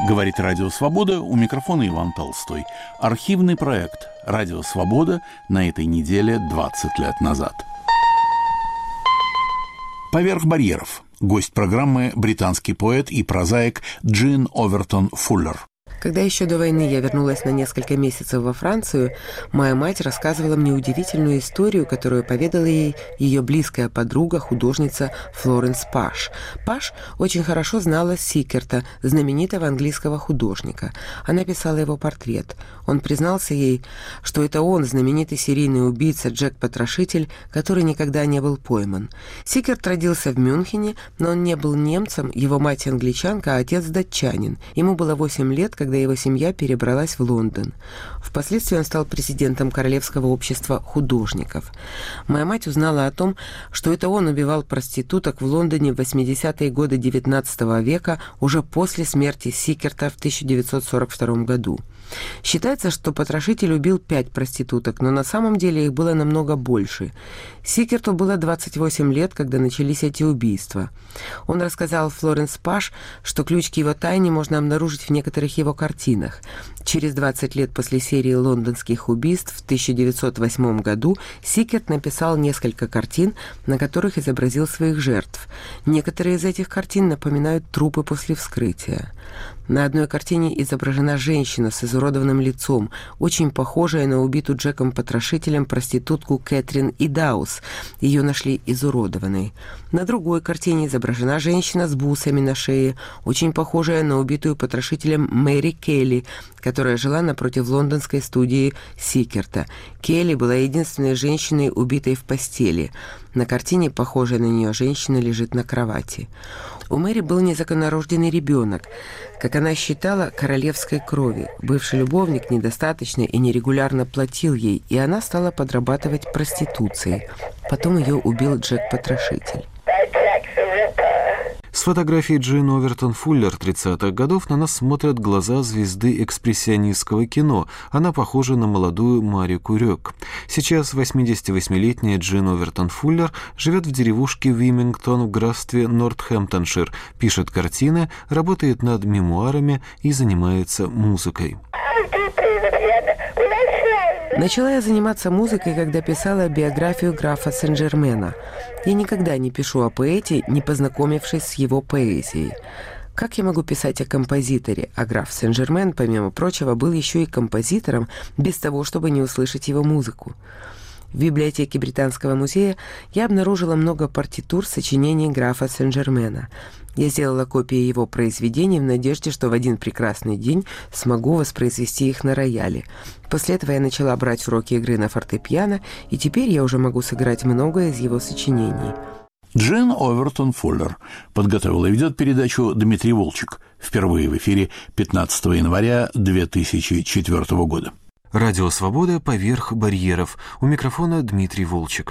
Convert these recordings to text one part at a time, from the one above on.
Говорит Радио Свобода, у микрофона Иван Толстой. Архивный проект «Радио Свобода» на этой неделе 20 лет назад. «Поверх барьеров». Гость программы – британский поэт и прозаик Джин Овертон Фуллер. Когда еще до войны я вернулась на несколько месяцев во Францию, моя мать рассказывала мне удивительную историю, которую поведала ей ее близкая подруга, художница Флоренс Паш. Паш очень хорошо знала Сикерта, знаменитого английского художника. Она писала его портрет. Он признался ей, что это он, знаменитый серийный убийца Джек-потрошитель, который никогда не был пойман. Сикерт родился в Мюнхене, но он не был немцем, его мать англичанка, а отец датчанин. Ему было 8 лет, когда его семья перебралась в Лондон. Впоследствии он стал президентом Королевского общества художников. Моя мать узнала о том, что это он убивал проституток в Лондоне в 80-е годы XIX века, уже после смерти Сикерта в 1942 году. Считается, что потрошитель убил 5 проституток, но на самом деле их было намного больше. Сикерту было 28 лет, когда начались эти убийства. Он рассказал Флоренс Паш, что ключ к его тайне можно обнаружить в некоторых его картинах. Через 20 лет после серии лондонских убийств в 1908 году Сикерт написал несколько картин, на которых изобразил своих жертв. Некоторые из этих картин напоминают трупы после вскрытия. На одной картине изображена женщина с изуродованным лицом, очень похожая на убитую Джеком-потрошителем проститутку Кэтрин Идаус. Ее нашли изуродованной. На другой картине изображена женщина с бусами на шее, очень похожая на убитую потрошителем Мэри Келли, которая жила напротив лондонской студии Сикерта. Келли была единственной женщиной, убитой в постели. На картине похожая на нее женщина лежит на кровати. У Мэри был незаконнорожденный ребенок, как она считала, королевской крови. Бывший любовник недостаточно и нерегулярно платил ей, и она стала подрабатывать проституцией. Потом ее убил Джек-потрошитель. С фотографией Джин Овертон Фуллер 30-х годов на нас смотрят глаза звезды экспрессионистского кино. Она похожа на молодую Марику Рёк. Сейчас 88-летняя Джин Овертон Фуллер живет в деревушке Вимингтон в графстве Нортхэмптоншир, пишет картины, работает над мемуарами и занимается музыкой. Начала я заниматься музыкой, когда писала биографию графа Сен-Жермена. Я никогда не пишу о поэте, не познакомившись с его поэзией. Как я могу писать о композиторе? А граф Сен-Жермен, помимо прочего, был еще и композитором, без того, чтобы не услышать его музыку. В библиотеке Британского музея я обнаружила много партитур сочинений графа Сен-Жермена. Я сделала копии его произведений в надежде, что в один прекрасный день смогу воспроизвести их на рояле. После этого я начала брать уроки игры на фортепиано, и теперь я уже могу сыграть многое из его сочинений. Джин Овертон Фуллер подготовил и ведет передачу Дмитрий Волчек. Впервые в эфире 15 января 2004 года. Радио «Свобода. Поверх барьеров». У микрофона Дмитрий Волчек.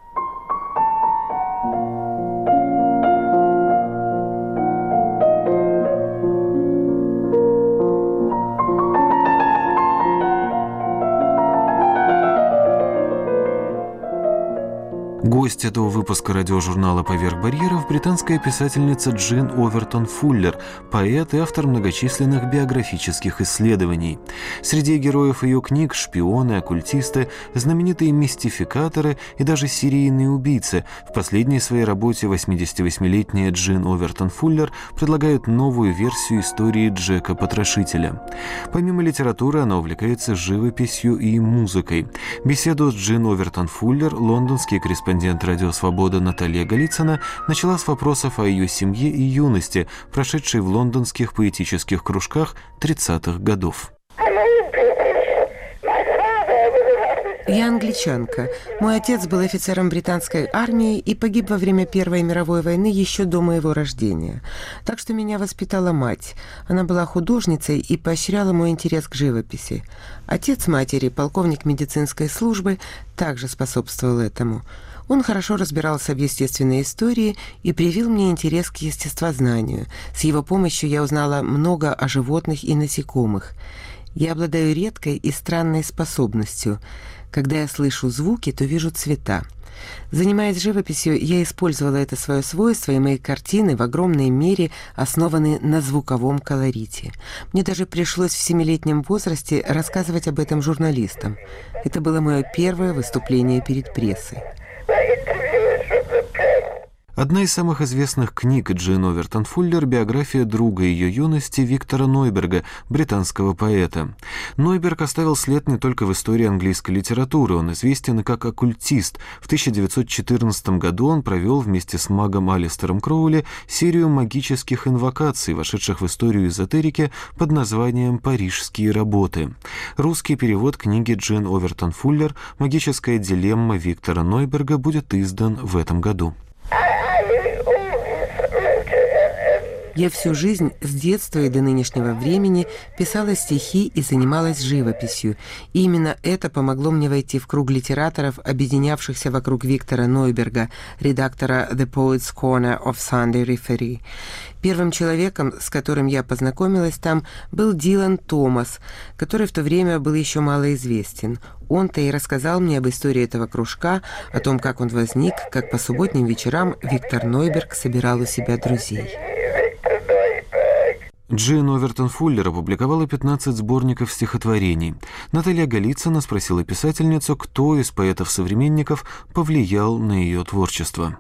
Гость этого выпуска радиожурнала «Поверх барьеров» – британская писательница Джин Овертон Фуллер, поэт и автор многочисленных биографических исследований. Среди героев ее книг – шпионы, оккультисты, знаменитые мистификаторы и даже серийные убийцы. В последней своей работе 88-летняя Джин Овертон Фуллер предлагает новую версию истории Джека-потрошителя. Помимо литературы, она увлекается живописью и музыкой. Беседу с Джин Овертон Фуллер лондонский корреспондент «Радио Свобода» Наталья Голицына начала с вопросов о ее семье и юности, прошедшей в лондонских поэтических кружках 30-х годов. Я англичанка. Мой отец был офицером британской армии и погиб во время Первой мировой войны еще до моего рождения. Так что меня воспитала мать. Она была художницей и поощряла мой интерес к живописи. Отец матери, полковник медицинской службы, также способствовал этому. Он хорошо разбирался в естественной истории и привил мне интерес к естествознанию. С его помощью я узнала много о животных и насекомых. Я обладаю редкой и странной способностью. Когда я слышу звуки, то вижу цвета. Занимаясь живописью, я использовала это свое свойство, и мои картины в огромной мере основаны на звуковом колорите. Мне даже пришлось в 7-летнем возрасте рассказывать об этом журналистам. Это было мое первое выступление перед прессой. Одна из самых известных книг Джин Овертон Фуллер – биография друга ее юности Виктора Нойберга, британского поэта. Нойберг оставил след не только в истории английской литературы, он известен как оккультист. В 1914 году он провел вместе с магом Алистером Кроули серию магических инвокаций, вошедших в историю эзотерики под названием «Парижские работы». Русский перевод книги Джин Овертон Фуллер «Магическая дилемма» Виктора Нойберга будет издан в этом году. Я всю жизнь, с детства и до нынешнего времени, писала стихи и занималась живописью. И именно это помогло мне войти в круг литераторов, объединявшихся вокруг Виктора Нойберга, редактора The Poets' Corner of Sunday Referee. Первым человеком, с которым я познакомилась там, был Дилан Томас, который в то время был еще малоизвестен. Он-то и рассказал мне об истории этого кружка, о том, как он возник, как по субботним вечерам Виктор Нойберг собирал у себя друзей. Джин Овертон Фуллер опубликовала 15 сборников стихотворений. Наталья Голицына спросила писательницу, кто из поэтов-современников повлиял на ее творчество.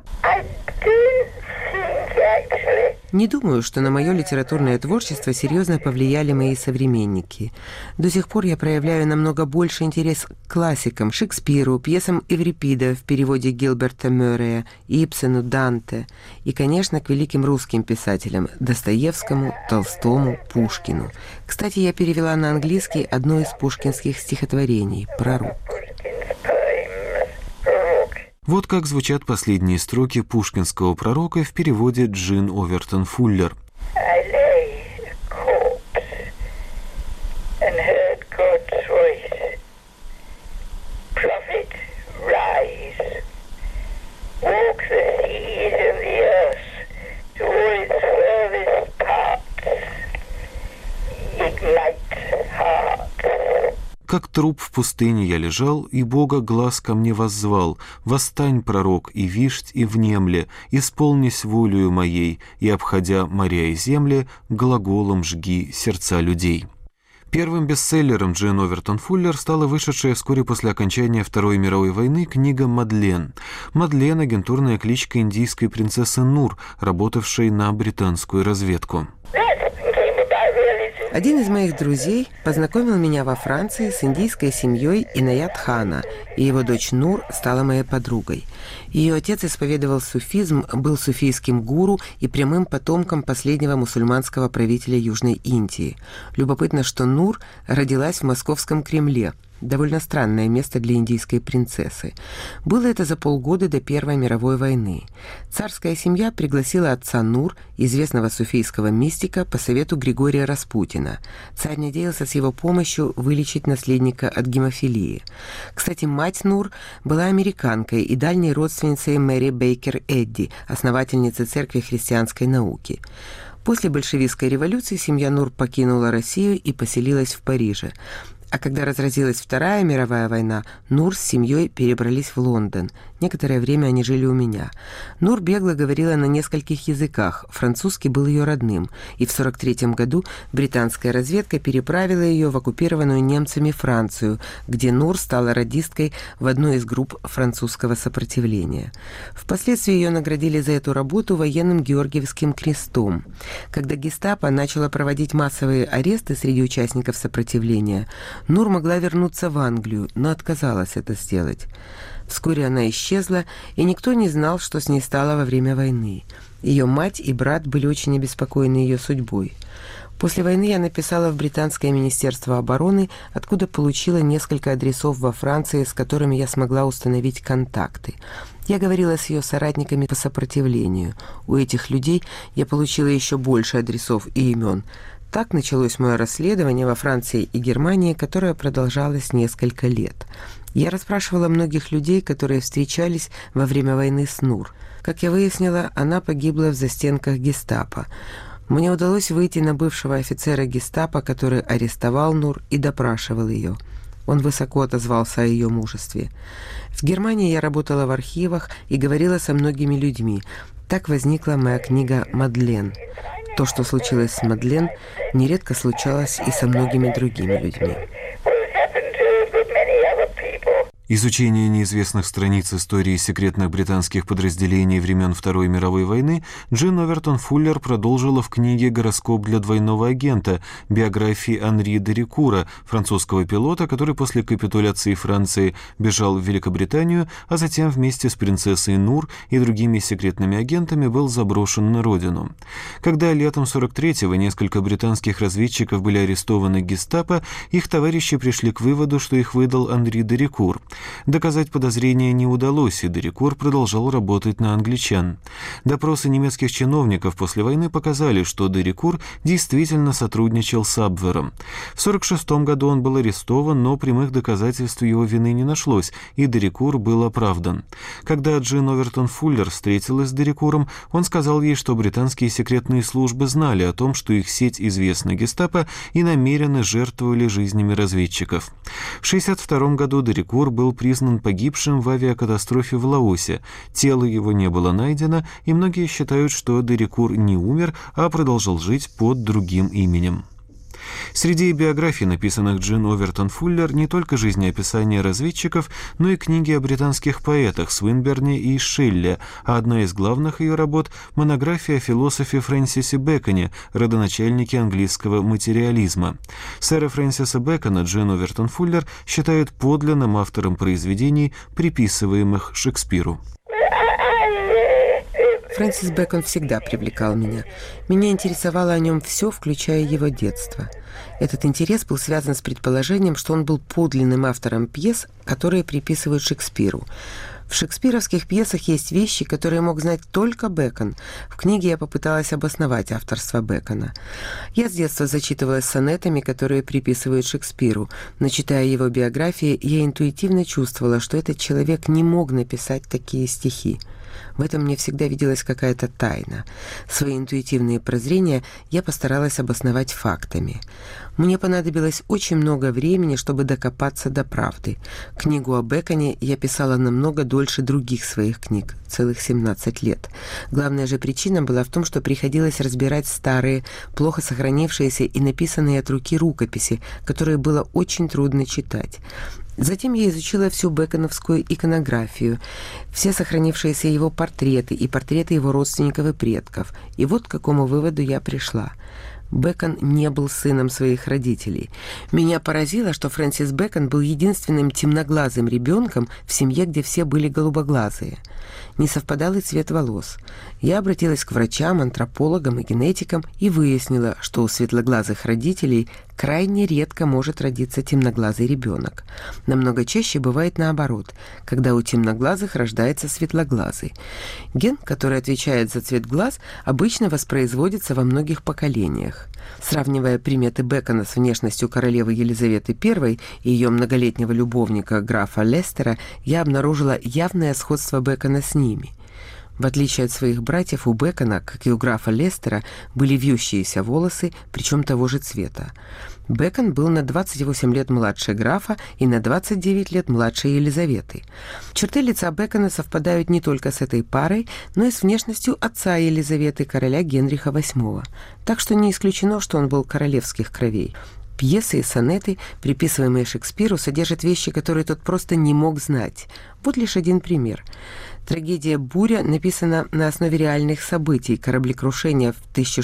Не думаю, что на мое литературное творчество серьезно повлияли мои современники. До сих пор я проявляю намного больше интерес к классикам, Шекспиру, пьесам Эврипида в переводе Гилберта Мюррея, Ибсену, Данте и, конечно, к великим русским писателям Достоевскому, Толстому, Пушкину. Кстати, я перевела на английский одно из пушкинских стихотворений «Пророк». Вот как звучат последние строки пушкинского «Пророка» в переводе Джин Овертон Фуллер. Как труп в пустыне я лежал, и Бога глаз ко мне воззвал. Восстань, пророк, и вишть, и внемле, исполнись волею моей, и, обходя моря и земли, глаголом жги сердца людей. Первым бестселлером Джин Овертон Фуллер стала вышедшая вскоре после окончания Второй мировой войны книга «Мадлен». Мадлен – агентурная кличка индийской принцессы Нур, работавшей на британскую разведку. Один из моих друзей познакомил меня во Франции с индийской семьей Инаят Хана, и его дочь Нур стала моей подругой. Ее отец исповедовал суфизм, был суфийским гуру и прямым потомком последнего мусульманского правителя Южной Индии. Любопытно, что Нур родилась в московском Кремле. Довольно странное место для индийской принцессы. Было это за полгода до Первой мировой войны. Царская семья пригласила отца Нур, известного суфийского мистика, по совету Григория Распутина. Царь надеялся с его помощью вылечить наследника от гемофилии. Кстати, мать Нур была американкой и дальней родственницей Мэри Бейкер Эдди, основательницы Церкви христианской науки. После большевистской революции семья Нур покинула Россию и поселилась в Париже. А когда разразилась Вторая мировая война, Нур с семьей перебрались в Лондон. Некоторое время они жили у меня. Нур бегло говорила на нескольких языках, французский был ее родным, и в 1943 году британская разведка переправила ее в оккупированную немцами Францию, где Нур стала радисткой в одной из групп французского сопротивления. Впоследствии ее наградили за эту работу военным Георгиевским крестом. Когда гестапо начало проводить массовые аресты среди участников сопротивления, Нур могла вернуться в Англию, но отказалась это сделать. Вскоре она исчезла, и никто не знал, что с ней стало во время войны. Ее мать и брат были очень обеспокоены ее судьбой. После войны я написала в Британское министерство обороны, откуда получила несколько адресов во Франции, с которыми я смогла установить контакты. Я говорила с ее соратниками по сопротивлению. У этих людей я получила еще больше адресов и имен. Так началось мое расследование во Франции и Германии, которое продолжалось несколько лет. Я расспрашивала многих людей, которые встречались во время войны с Нур. Как я выяснила, она погибла в застенках гестапо. Мне удалось выйти на бывшего офицера гестапо, который арестовал Нур и допрашивал ее. Он высоко отозвался о ее мужестве. В Германии я работала в архивах и говорила со многими людьми. Так возникла моя книга «Мадлен». То, что случилось с Мадлен, нередко случалось и со многими другими людьми. Изучение неизвестных страниц истории секретных британских подразделений времен Второй мировой войны Джин Овертон Фуллер продолжила в книге «Гороскоп для двойного агента» биографии Анри де Рикура, французского пилота, который после капитуляции Франции бежал в Великобританию, а затем вместе с принцессой Нур и другими секретными агентами был заброшен на родину. Когда летом 43-го несколько британских разведчиков были арестованы гестапо, их товарищи пришли к выводу, что их выдал Анри де Рикур. Доказать подозрения не удалось, и де Рикур продолжал работать на англичан. Допросы немецких чиновников после войны показали, что де Рикур действительно сотрудничал с Абвером. В 1946 году он был арестован, но прямых доказательств его вины не нашлось, и де Рикур был оправдан. Когда Джин Овертон Фуллер встретилась с де Рикуром, он сказал ей, что британские секретные службы знали о том, что их сеть известна гестапо, и намеренно жертвовали жизнями разведчиков. В 1962 году де Рикур был признан погибшим в авиакатастрофе в Лаосе. Тело его не было найдено, и многие считают, что де Рикур не умер, а продолжал жить под другим именем. Среди биографий, написанных Джин Овертон Фуллер, не только жизнеописания разведчиков, но и книги о британских поэтах Свинберне и Шелле, а одна из главных ее работ – монография о философе Фрэнсисе Бэконе, родоначальнике английского материализма. Сэра Фрэнсиса Бэкона Джин Овертон Фуллер считает подлинным автором произведений, приписываемых Шекспиру. Фрэнсис Бэкон всегда привлекал меня. Меня интересовало о нем все, включая его детство. Этот интерес был связан с предположением, что он был подлинным автором пьес, которые приписывают Шекспиру. В шекспировских пьесах есть вещи, которые мог знать только Бэкон. В книге я попыталась обосновать авторство Бэкона. Я с детства зачитывалась сонетами, которые приписывают Шекспиру, но, читая его биографии, я интуитивно чувствовала, что этот человек не мог написать такие стихи. В этом мне всегда виделась какая-то тайна. Свои интуитивные прозрения я постаралась обосновать фактами. Мне понадобилось очень много времени, чтобы докопаться до правды. Книгу о Бэконе я писала намного дольше других своих книг, целых 17 лет. Главная же причина была в том, что приходилось разбирать старые, плохо сохранившиеся и написанные от руки рукописи, которые было очень трудно читать. Затем я изучила всю бэконовскую иконографию, все сохранившиеся его портреты и портреты его родственников и предков. И вот к какому выводу я пришла. Бэкон не был сыном своих родителей. Меня поразило, что Фрэнсис Бэкон был единственным темноглазым ребенком в семье, где все были голубоглазые. Не совпадал и цвет волос. Я обратилась к врачам, антропологам и генетикам и выяснила, что у светлоглазых родителей крайне редко может родиться темноглазый ребенок. Намного чаще бывает наоборот, когда у темноглазых рождается светлоглазый. Ген, который отвечает за цвет глаз, обычно воспроизводится во многих поколениях. Сравнивая приметы Бэкона с внешностью королевы Елизаветы I и ее многолетнего любовника графа Лестера, я обнаружила явное сходство Бэкона с ними. В отличие от своих братьев, у Бэкона, как и у графа Лестера, были вьющиеся волосы, причем того же цвета. Бэкон был на 28 лет младше графа и на 29 лет младше Елизаветы. Черты лица Бэкона совпадают не только с этой парой, но и с внешностью отца Елизаветы, короля Генриха VIII. Так что не исключено, что он был королевских кровей. Пьесы и сонеты, приписываемые Шекспиру, содержат вещи, которые тот просто не мог знать. Вот лишь один пример. Трагедия «Буря» написана на основе реальных событий кораблекрушения в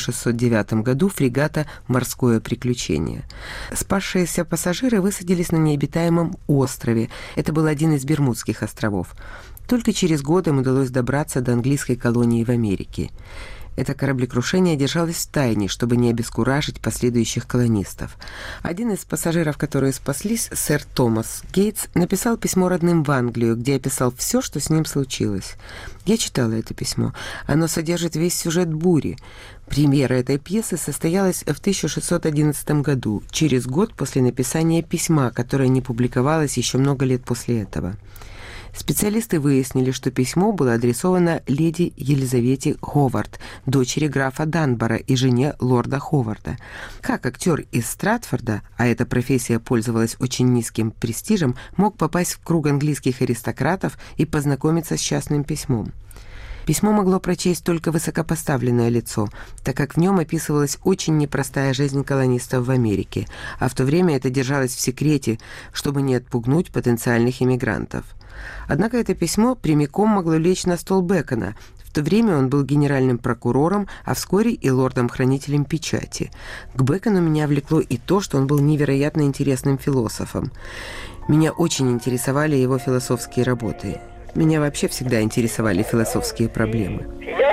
1609 году фрегата «Морское приключение». Спасшиеся пассажиры высадились на необитаемом острове. Это был один из Бермудских островов. Только через год им удалось добраться до английской колонии в Америке. Это кораблекрушение держалось в тайне, чтобы не обескуражить последующих колонистов. Один из пассажиров, которые спаслись, сэр Томас Гейтс, написал письмо родным в Англию, где описал все, что с ним случилось. Я читала это письмо. Оно содержит весь сюжет «Бури». Премьера этой пьесы состоялась в 1611 году, через год после написания письма, которое не публиковалось еще много лет после этого. Специалисты выяснили, что письмо было адресовано леди Елизавете Ховард, дочери графа Данбора и жене лорда Ховарда. Как актер из Стратфорда, а эта профессия пользовалась очень низким престижем, мог попасть в круг английских аристократов и познакомиться с частным письмом? Письмо могло прочесть только высокопоставленное лицо, так как в нем описывалась очень непростая жизнь колонистов в Америке, а в то время это держалось в секрете, чтобы не отпугнуть потенциальных иммигрантов. Однако это письмо прямиком могло лечь на стол Бэкона. В то время он был генеральным прокурором, а вскоре и лордом-хранителем печати. К Бэкону меня влекло и то, что он был невероятно интересным философом. Меня очень интересовали его философские работы. Меня вообще всегда интересовали философские проблемы.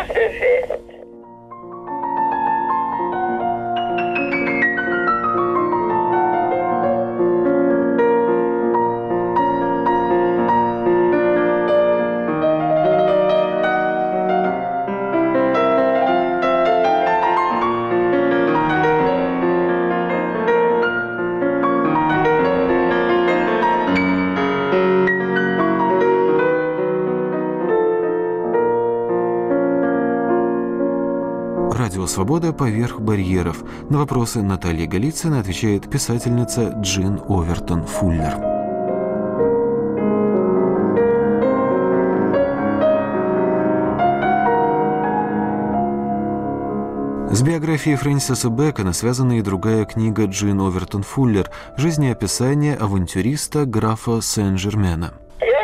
Радио «Свобода. Поверх барьеров». На вопросы Натальи Голицыной отвечает писательница Джин Овертон Фуллер. С биографией Фрэнсиса Бэкона связана и другая книга Джин Овертон Фуллер «Жизнеописание авантюриста графа Сен-Жермена».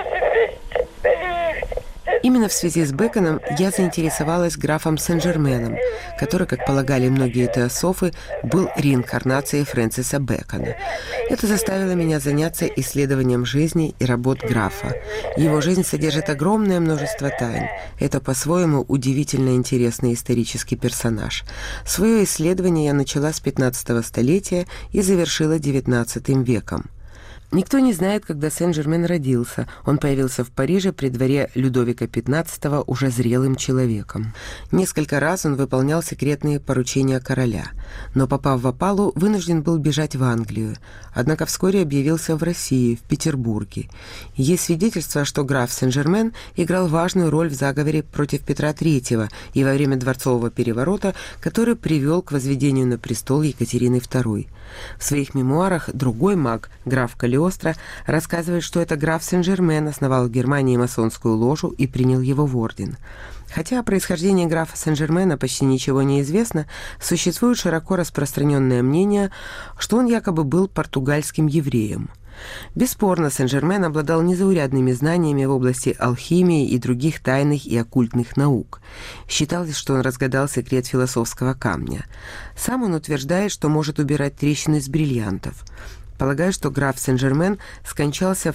Именно в связи с Бэконом я заинтересовалась графом Сен-Жерменом, который, как полагали многие теософы, был реинкарнацией Фрэнсиса Бэкона. Это заставило меня заняться исследованием жизни и работ графа. Его жизнь содержит огромное множество тайн. Это по-своему удивительно интересный исторический персонаж. Свое исследование я начала с 15 столетия и завершила XIX веком. Никто не знает, когда Сен-Жермен родился. Он появился в Париже при дворе Людовика XV уже зрелым человеком. Несколько раз он выполнял секретные поручения короля, но, попав в опалу, вынужден был бежать в Англию. Однако вскоре объявился в России, в Петербурге. Есть свидетельство, что граф Сен-Жермен играл важную роль в заговоре против Петра III и во время дворцового переворота, который привел к возведению на престол Екатерины II. В своих мемуарах другой маг, граф Калиостро, рассказывает, что это граф Сен-Жермен основал в Германии масонскую ложу и принял его в орден. Хотя о происхождении графа Сен-Жермена почти ничего не известно, существует широко распространенное мнение, что он якобы был португальским евреем. Бесспорно, Сен-Жермен обладал незаурядными знаниями в области алхимии и других тайных и оккультных наук. Считалось, что он разгадал секрет философского камня. Сам он утверждает, что может убирать трещины из бриллиантов. Полагаю, что граф Сен-Жермен скончался в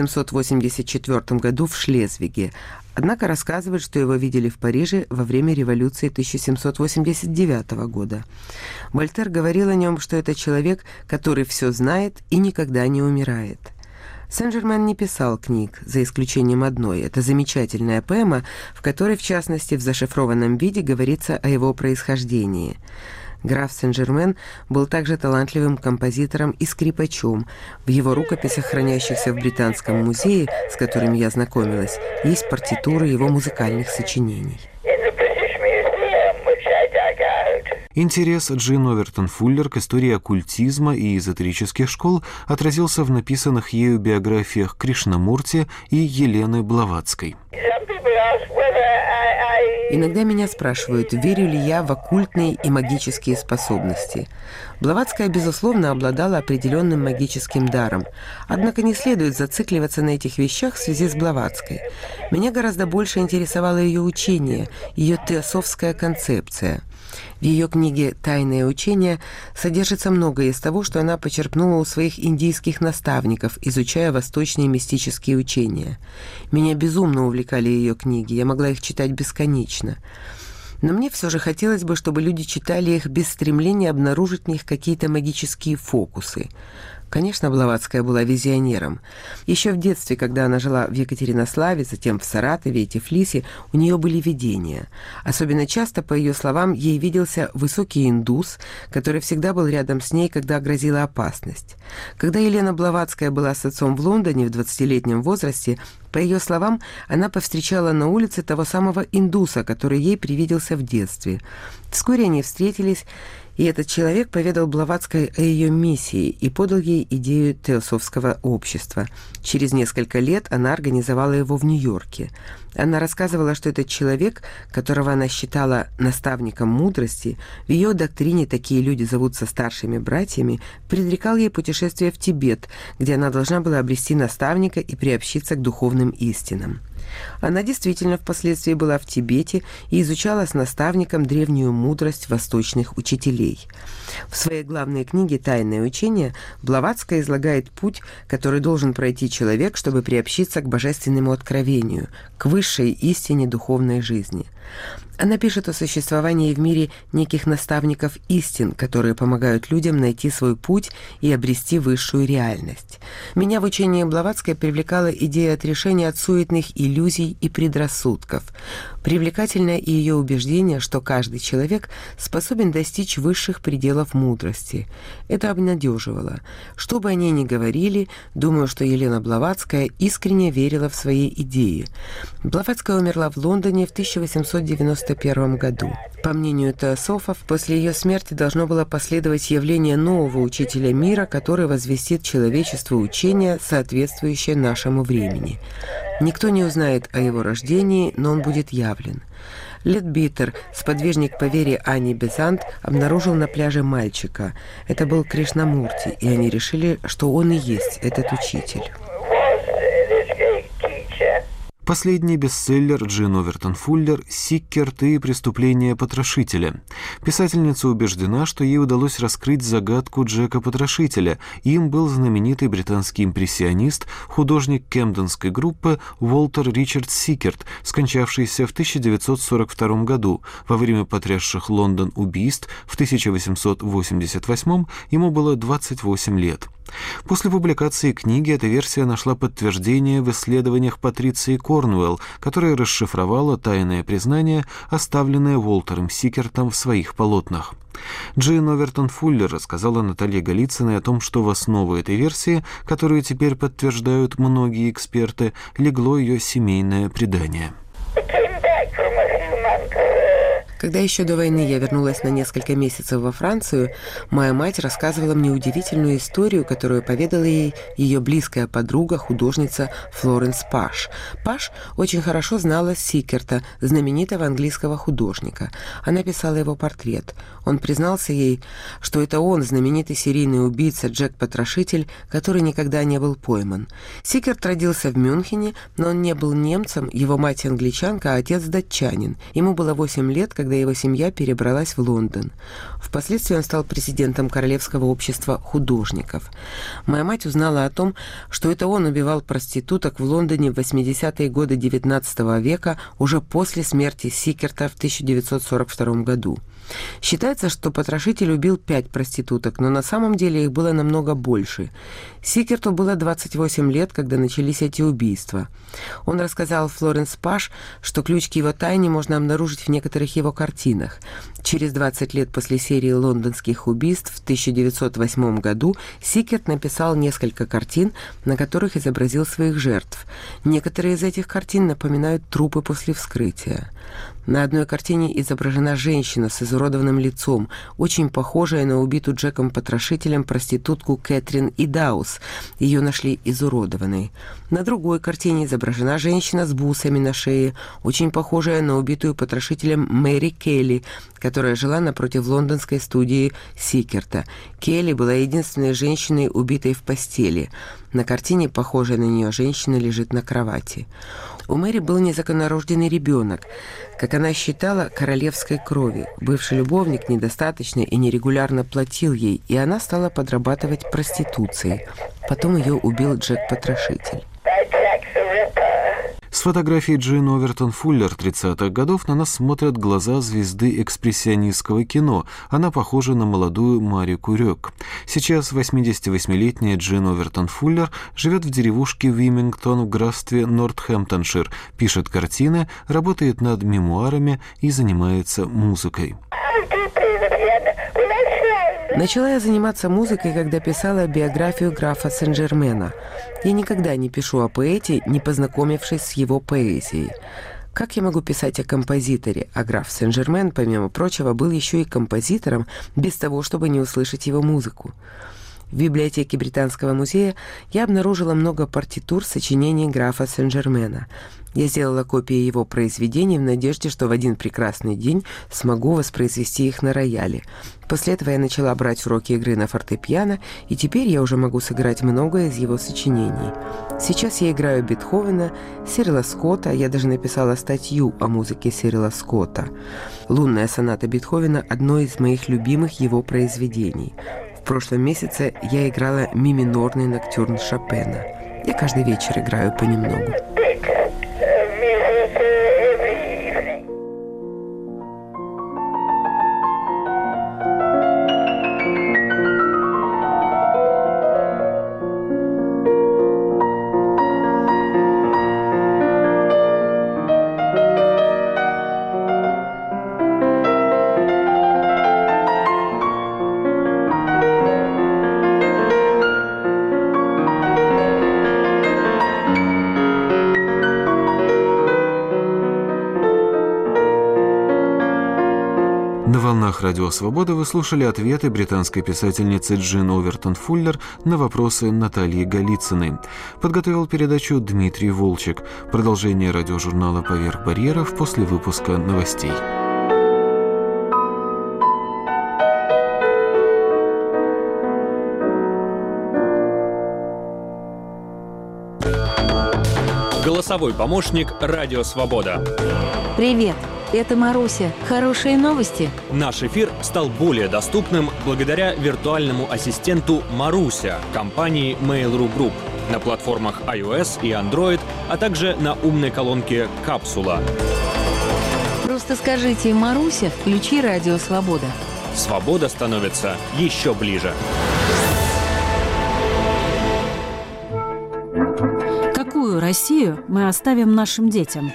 1784 году в Шлезвиге, однако рассказывает, что его видели в Париже во время революции 1789 года. Вольтер говорил о нем, что это человек, который все знает и никогда не умирает. Сен-Жермен не писал книг, за исключением одной. Это замечательная поэма, в которой, в частности, в зашифрованном виде говорится о его происхождении. Граф Сен-Жермен был также талантливым композитором и скрипачом. В его рукописях, хранящихся в Британском музее, с которыми я знакомилась, есть партитуры его музыкальных сочинений. Интерес Джин Овертон Фуллер к истории оккультизма и эзотерических школ отразился в написанных ею биографиях Кришнамурти и Елены Блаватской. Иногда меня спрашивают, верю ли я в оккультные и магические способности. Блаватская, безусловно, обладала определенным магическим даром. Однако не следует зацикливаться на этих вещах в связи с Блаватской. Меня гораздо больше интересовало ее учение, ее теософская концепция. В ее книге «Тайное учение» содержится многое из того, что она почерпнула у своих индийских наставников, изучая восточные мистические учения. Меня безумно увлекали ее книги, я могла их читать бесконечно. Но мне все же хотелось бы, чтобы люди читали их без стремления обнаружить в них какие-то магические фокусы. Конечно, Блаватская была визионером. Еще в детстве, когда она жила в Екатеринославе, затем в Саратове и Тифлисе, у нее были видения. Особенно часто, по ее словам, ей виделся высокий индус, который всегда был рядом с ней, когда грозила опасность. Когда Елена Блаватская была с отцом в Лондоне в 20-летнем возрасте, По ее словам, она повстречала на улице того самого индуса, который ей привиделся в детстве. Вскоре они встретились, и этот человек поведал Блаватской о ее миссии и подал ей идею теософского общества. Через несколько лет она организовала его в Нью-Йорке. Она рассказывала, что этот человек, которого она считала наставником мудрости, в ее доктрине такие люди зовутся старшими братьями, предрекал ей путешествие в Тибет, где она должна была обрести наставника и приобщиться к духовным истинам. Она действительно впоследствии была в Тибете и изучала с наставником древнюю мудрость восточных учителей. В своей главной книге «Тайное учение» Блаватская излагает путь, который должен пройти человек, чтобы приобщиться к божественному откровению, к высшей истине духовной жизни. Она пишет о существовании в мире неких наставников истин, которые помогают людям найти свой путь и обрести высшую реальность. Меня в учении Блаватской привлекала идея отрешения от суетных иллюзий и предрассудков. Привлекательно и ее убеждение, что каждый человек способен достичь высших пределов мудрости. Это обнадеживало. Что бы они ни говорили, думаю, что Елена Блаватская искренне верила в свои идеи. Блаватская умерла в Лондоне в 1891 году. По мнению теософов, после ее смерти должно было последовать явление нового учителя мира, который возвестит человечеству учение, соответствующее нашему времени. Никто не узнает о его рождении, но он будет явлен. Ледбитер, сподвижник по вере Ани Безант, обнаружил на пляже мальчика. Это был Кришнамурти, и они решили, что он и есть этот учитель. Последний бестселлер Джин Овертон Фуллер «Сиккерт и преступление потрошителя». Писательница убеждена, что ей удалось раскрыть загадку Джека Потрошителя. Им был знаменитый британский импрессионист, художник кемденской группы Уолтер Ричард Сиккерт, скончавшийся в 1942 году. Во время потрясших Лондон убийств в 1888 ему было 28 лет. После публикации книги эта версия нашла подтверждение в исследованиях Патриции Корнуэлл, которая расшифровала тайное признание, оставленное Уолтером Сиккертом в своих полотнах. Джин Овертон Фуллер рассказала Наталье Голицыной о том, что в основу этой версии, которую теперь подтверждают многие эксперты, легло ее семейное предание. Когда еще до войны я вернулась на несколько месяцев во Францию, моя мать рассказывала мне удивительную историю, которую поведала ей ее близкая подруга, художница Флоренс Паш. Паш очень хорошо знала Сиккерта, знаменитого английского художника. Она писала его портрет. Он признался ей, что это он, знаменитый серийный убийца Джек-потрошитель, который никогда не был пойман. Сиккерт родился в Мюнхене, но он не был немцем, его мать англичанка, а отец датчанин. Ему было 8 лет, когда его семья перебралась в Лондон. Впоследствии он стал президентом Королевского общества художников. Моя мать узнала о том, что это он убивал проституток в Лондоне в 80-е годы XIX века, уже после смерти Сиккерта в 1942 году. Считается, что потрошитель убил 5 проституток, но на самом деле их было намного больше. Сиккерту было 28 лет, когда начались эти убийства. Он рассказал Флоренс Паш, что ключ к его тайне можно обнаружить в некоторых его картинах. Через 20 лет после серии лондонских убийств в 1908 году Сиккерт написал несколько картин, на которых изобразил своих жертв. Некоторые из этих картин напоминают трупы после вскрытия. На одной картине изображена женщина с изуродованным лицом, очень похожая на убитую Джеком-потрошителем проститутку Кэтрин Идаус. Ее нашли изуродованной. На другой картине изображена женщина с бусами на шее, очень похожая на убитую потрошителем Мэри Келли, которая жила напротив лондонской студии Сиккерта. Келли была единственной женщиной, убитой в постели. На картине похожая на нее женщина лежит на кровати. У Мэри был незаконнорожденный ребенок, как она считала, королевской крови. Бывший любовник недостаточно и нерегулярно платил ей, и она стала подрабатывать проституцией. Потом ее убил Джек-потрошитель. С фотографией Джин Овертон Фуллер 30-х годов на нас смотрят глаза звезды экспрессионистского кино. Она похожа на молодую Мари Курёк. Сейчас 88-летняя Джин Овертон Фуллер живет в деревушке Вимингтон в графстве Нортхэмптоншир, пишет картины, работает над мемуарами и занимается музыкой. Начала я заниматься музыкой, когда писала биографию графа Сен-Жермена. Я никогда не пишу о поэте, не познакомившись с его поэзией. Как я могу писать о композиторе? А граф Сен-Жермен, помимо прочего, был еще и композитором, без того, чтобы не услышать его музыку. В библиотеке Британского музея я обнаружила много партитур сочинений графа Сен-Жермена. Я сделала копии его произведений в надежде, что в один прекрасный день смогу воспроизвести их на рояле. После этого я начала брать уроки игры на фортепиано, и теперь я уже могу сыграть многое из его сочинений. Сейчас я играю Бетховена, Сирила Скотта, я даже написала статью о музыке Сирила Скотта. «Лунная соната Бетховена» – одно из моих любимых его произведений. В прошлом месяце я играла ми-минорный ноктюрн Шопена. Я каждый вечер играю понемногу. На волнах Радио Свобода вы слушали ответы британской писательницы Джин Овертон Фуллер на вопросы Натальи Голицыной. Подготовил передачу Дмитрий Волчек. Продолжение радиожурнала «Поверх барьеров» после выпуска новостей. Голосовой помощник «Радио Свобода». Привет, это Маруся. Хорошие новости? Наш эфир стал более доступным благодаря виртуальному ассистенту Маруся компании Mail.ru Group на платформах iOS и Android, а также на умной колонке «Капсула». Просто скажите: «Маруся, включи Радио Свобода». Свобода становится еще ближе. Какую Россию мы оставим нашим детям?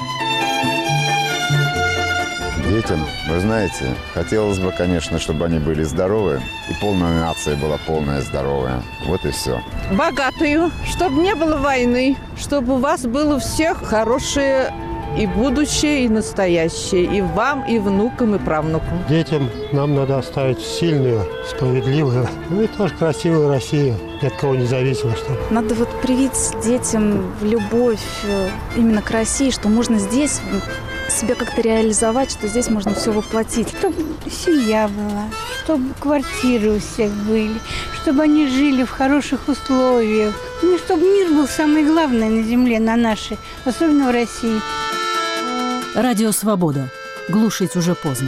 Детям, вы знаете, хотелось бы, конечно, чтобы они были здоровы, и полная нация была полная здоровая. Вот и все. Богатую, чтобы не было войны, чтобы у вас было у всех хорошее и будущее, и настоящее, и вам, и внукам, и правнукам. Детям нам надо оставить сильную, справедливую, ну и тоже красивую Россию, ни от кого не зависимо. Чтобы... Надо вот привить детям любовь именно к России, что можно здесь себя как-то реализовать, что здесь можно все воплотить. Чтобы семья была, чтобы квартиры у всех были, чтобы они жили в хороших условиях. Ну, чтобы мир был самое главное на земле, на нашей, особенно в России. Радио Свобода. Глушить уже поздно.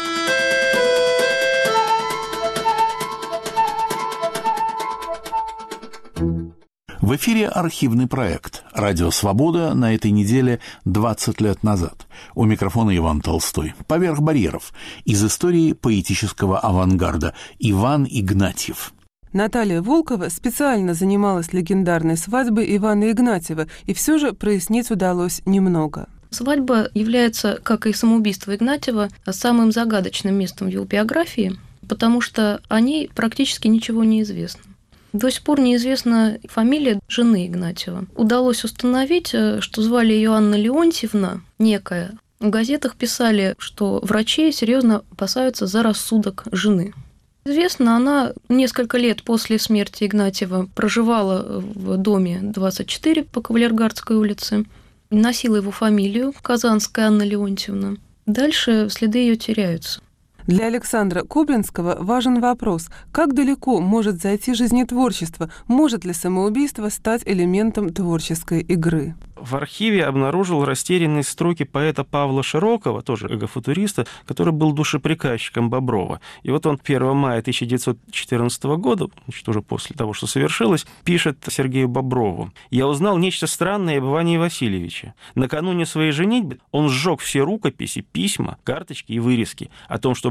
В эфире архивный проект «Радио Свобода» на этой неделе 20 лет назад. У микрофона Иван Толстой. «Поверх барьеров» из истории поэтического авангарда. Иван Игнатьев. Наталья Волкова специально занималась легендарной свадьбой Ивана Игнатьева, и все же прояснить удалось немного. Свадьба является, как и самоубийство Игнатьева, самым загадочным местом в его биографии, потому что о ней практически ничего не известно. До сих пор неизвестна фамилия жены Игнатьева. Удалось установить, что звали ее Анна Леонтьевна, некая. В газетах писали, что врачи серьезно опасаются за рассудок жены. Известно, она несколько лет после смерти Игнатьева проживала в доме 24 по Кавалергардской улице, носила его фамилию, Казанская Анна Леонтьевна. Дальше следы ее теряются. Для Александра Кобринского важен вопрос, как далеко может зайти жизнетворчество, может ли самоубийство стать элементом творческой игры. В архиве обнаружил растерянные строки поэта Павла Широкого, тоже эгофутуриста, который был душеприказчиком Боброва. И вот он 1 мая 1914 года, значит, уже после того, что совершилось, пишет Сергею Боброву: «Я узнал нечто странное об Иване Васильевиче. Накануне своей женитьбы он сжег все рукописи, письма, карточки и вырезки о том, что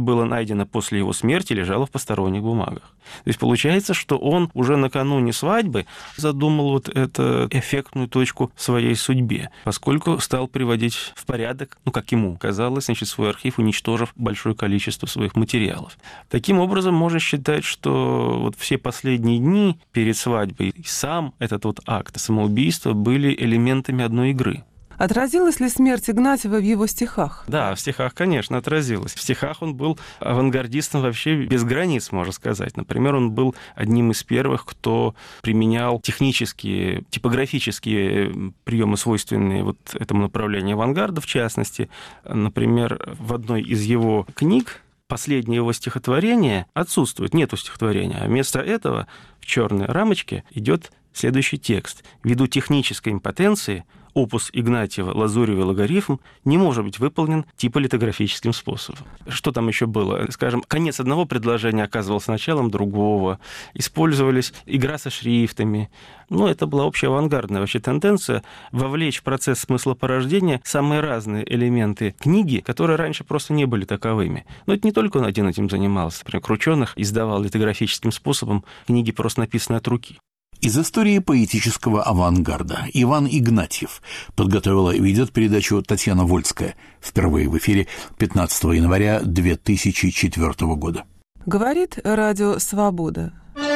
было найдено после его смерти, лежало в посторонних бумагах. То есть получается, что он уже накануне свадьбы задумал вот эту эффектную точку в своей судьбе, поскольку стал приводить в порядок, как ему казалось, свой архив, уничтожив большое количество своих материалов. Таким образом, можно считать, что вот все последние дни перед свадьбой и сам этот вот акт самоубийства были элементами одной игры. Отразилась ли смерть Игнатьева в его стихах? Да, в стихах, конечно, отразилась. В стихах он был авангардистом вообще без границ, можно сказать. Например, он был одним из первых, кто применял технические, типографические приемы, свойственные вот этому направлению авангарда, в частности. Например, в одной из его книг последнее его стихотворение отсутствует, нету стихотворения, а вместо этого в черной рамочке идет следующий текст. Ввиду технической импотенции опус Игнатьева «Лазуревый логарифм» не может быть выполнен типолитографическим способом. Что там еще было? Скажем, конец одного предложения оказывался началом другого. Использовались игра со шрифтами. Это была общая авангардная вообще тенденция вовлечь в процесс смыслопорождения самые разные элементы книги, которые раньше просто не были таковыми. Но это не только он один этим занимался. Например, Крученых издавал литографическим способом книги, просто написанные от руки. Из истории поэтического авангарда Иван Игнатьев подготовила и ведет передачу Татьяна Вольская. Впервые в эфире 15 января 2004 года. Говорит радио «Свобода».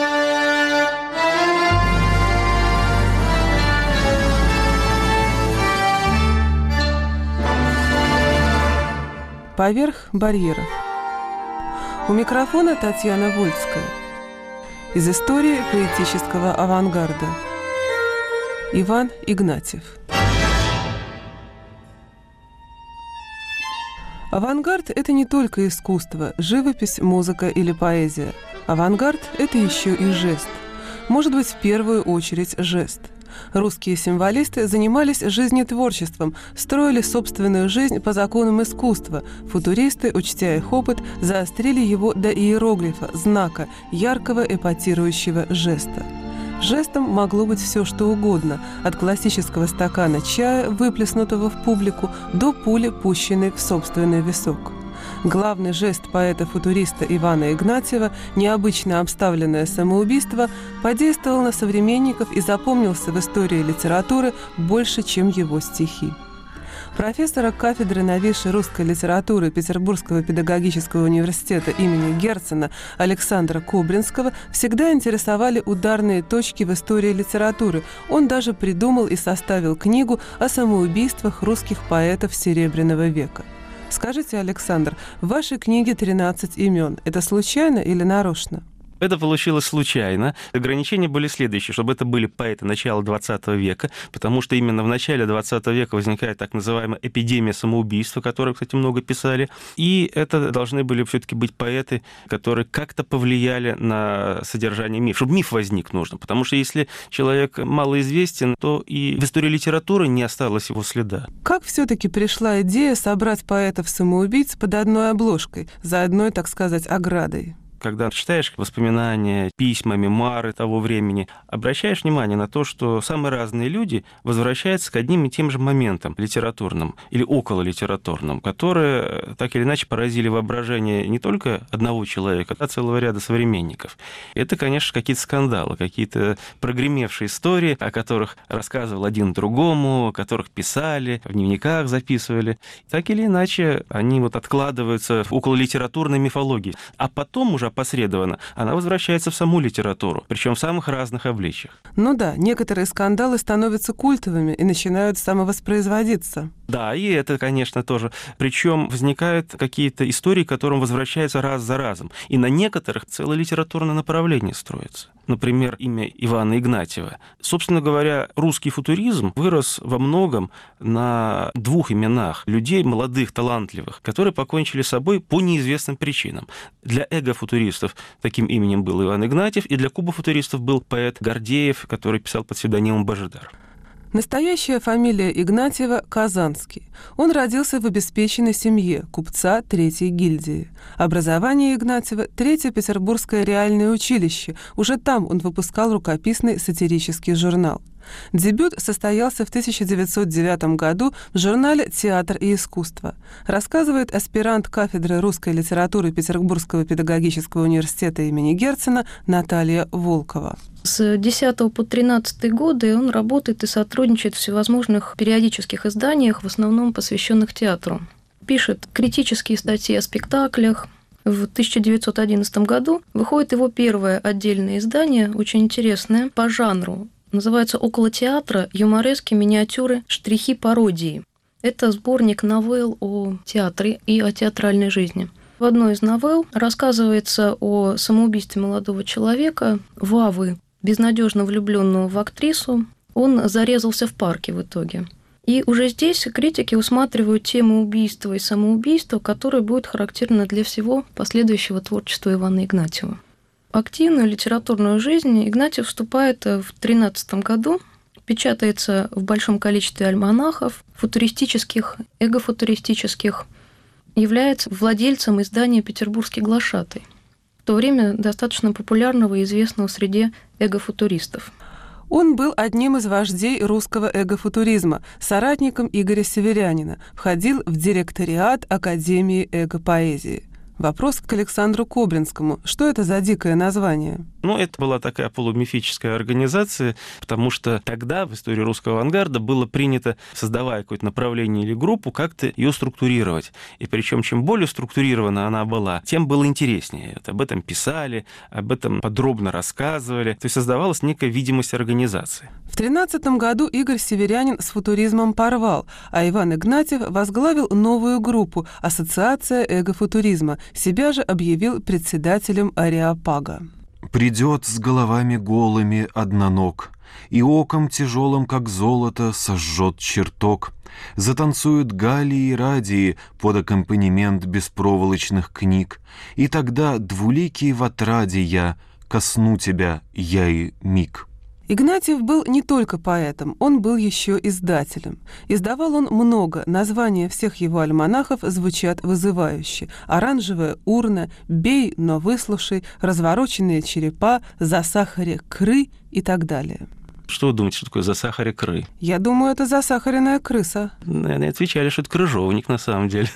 Поверх барьеров. У микрофона Татьяна Вольская. Из истории поэтического авангарда. Иван Игнатьев. Авангард – это не только искусство, живопись, музыка или поэзия. Авангард – это еще и жест. Может быть, в первую очередь жест. Русские символисты занимались жизнетворчеством, строили собственную жизнь по законам искусства. Футуристы, учтя их опыт, заострили его до иероглифа, знака, яркого эпатирующего жеста. Жестом могло быть все, что угодно, от классического стакана чая, выплеснутого в публику, до пули, пущенной в собственный висок. Главный жест поэта-футуриста Ивана Игнатьева, необычно обставленное самоубийство, подействовал на современников и запомнился в истории литературы больше, чем его стихи. Профессора кафедры новейшей русской литературы Петербургского педагогического университета имени Герцена Александра Кобринского всегда интересовали ударные точки в истории литературы. Он даже придумал и составил книгу о самоубийствах русских поэтов Серебряного века. Скажите, Александр, в вашей книге 13 имен. Это случайно или нарочно? Это получилось случайно. Ограничения были следующие, чтобы это были поэты начала XX века, потому что именно в начале XX века возникает так называемая эпидемия самоубийства, которую, кстати, много писали. И это должны были все-таки быть поэты, которые как-то повлияли на содержание мифа. Чтобы миф возник нужно, потому что если человек малоизвестен, то и в истории литературы не осталось его следа. Как все-таки пришла идея собрать поэтов-самоубийц под одной обложкой, за одной, так сказать, оградой? Когда читаешь воспоминания, письма, мемуары того времени, обращаешь внимание на то, что самые разные люди возвращаются к одним и тем же моментам литературным или окололитературным, которые так или иначе поразили воображение не только одного человека, а целого ряда современников. Это, конечно, какие-то скандалы, какие-то прогремевшие истории, о которых рассказывал один другому, о которых писали, в дневниках записывали. Так или иначе, они откладываются в окололитературной мифологии. А потом уже опосредованно, она возвращается в саму литературу, причем в самых разных обличиях. Ну да, некоторые скандалы становятся культовыми и начинают самовоспроизводиться. Да, и это, конечно, тоже. Причем возникают какие-то истории, к которым возвращаются раз за разом. И на некоторых целое литературное направление строится. Например, имя Ивана Игнатьева. Собственно говоря, русский футуризм вырос во многом на двух именах людей молодых, талантливых, которые покончили с собой по неизвестным причинам. Для эго-футуристов таким именем был Иван Игнатьев, и для кубофутуристов был поэт Гордеев, который писал под псевдонимом Божидар. Настоящая фамилия Игнатьева – Казанский. Он родился в обеспеченной семье купца Третьей гильдии. Образование Игнатьева – Третье Петербургское реальное училище. Уже там он выпускал рукописный сатирический журнал. Дебют состоялся в 1909 году в журнале «Театр и искусство». Рассказывает аспирант кафедры русской литературы Петербургского педагогического университета имени Герцена Наталья Волкова. С 10 по 13 годы он работает и сотрудничает в всевозможных периодических изданиях, в основном посвященных театру. Пишет критические статьи о спектаклях. В 1911 году выходит его первое отдельное издание, очень интересное, по жанру. Называется «Около театра. Юморески, миниатюры, штрихи, пародии». Это сборник новелл о театре и о театральной жизни. В одной из новелл рассказывается о самоубийстве молодого человека, Вавы, безнадежно влюбленного в актрису. Он зарезался в парке в итоге. И уже здесь критики усматривают тему убийства и самоубийства, которая будет характерна для всего последующего творчества Ивана Игнатьева. В активную литературную жизнь Игнатьев вступает в 1913 году, печатается в большом количестве альманахов, футуристических, эгофутуристических, является владельцем издания «Петербургский глашатай», в то время достаточно популярного и известного среди эгофутуристов. Он был одним из вождей русского эгофутуризма, соратником Игоря Северянина, входил в директориат Академии эгопоэзии. Вопрос к Александру Кобринскому. Что это за дикое название? Это была такая полумифическая организация, потому что тогда в истории русского авангарда было принято, создавая какое-то направление или группу, как-то ее структурировать. И причем, чем более структурирована она была, тем было интереснее. Об этом писали, об этом подробно рассказывали. То есть создавалась некая видимость организации. В 1913 году Игорь Северянин с футуризмом порвал, а Иван Игнатьев возглавил новую группу «Ассоциация эгофутуризма». Себя же объявил председателем Ареопага. «Придет с головами голыми одноног, и оком тяжелым, как золото, сожжет чертог. Затанцуют галии и радии под аккомпанемент беспроволочных книг, и тогда двуликий в отраде я, косну тебя я и миг». Игнатьев был не только поэтом, он был еще издателем. Издавал он много, названия всех его альманахов звучат вызывающе. «Оранжевая урна», «Бей, но выслушай», «Развороченные черепа», «Засахаря кры» и так далее. Что вы думаете, что такое засахаря кры? Я думаю, это засахаренная крыса. Они отвечали, что это крыжовник на самом деле.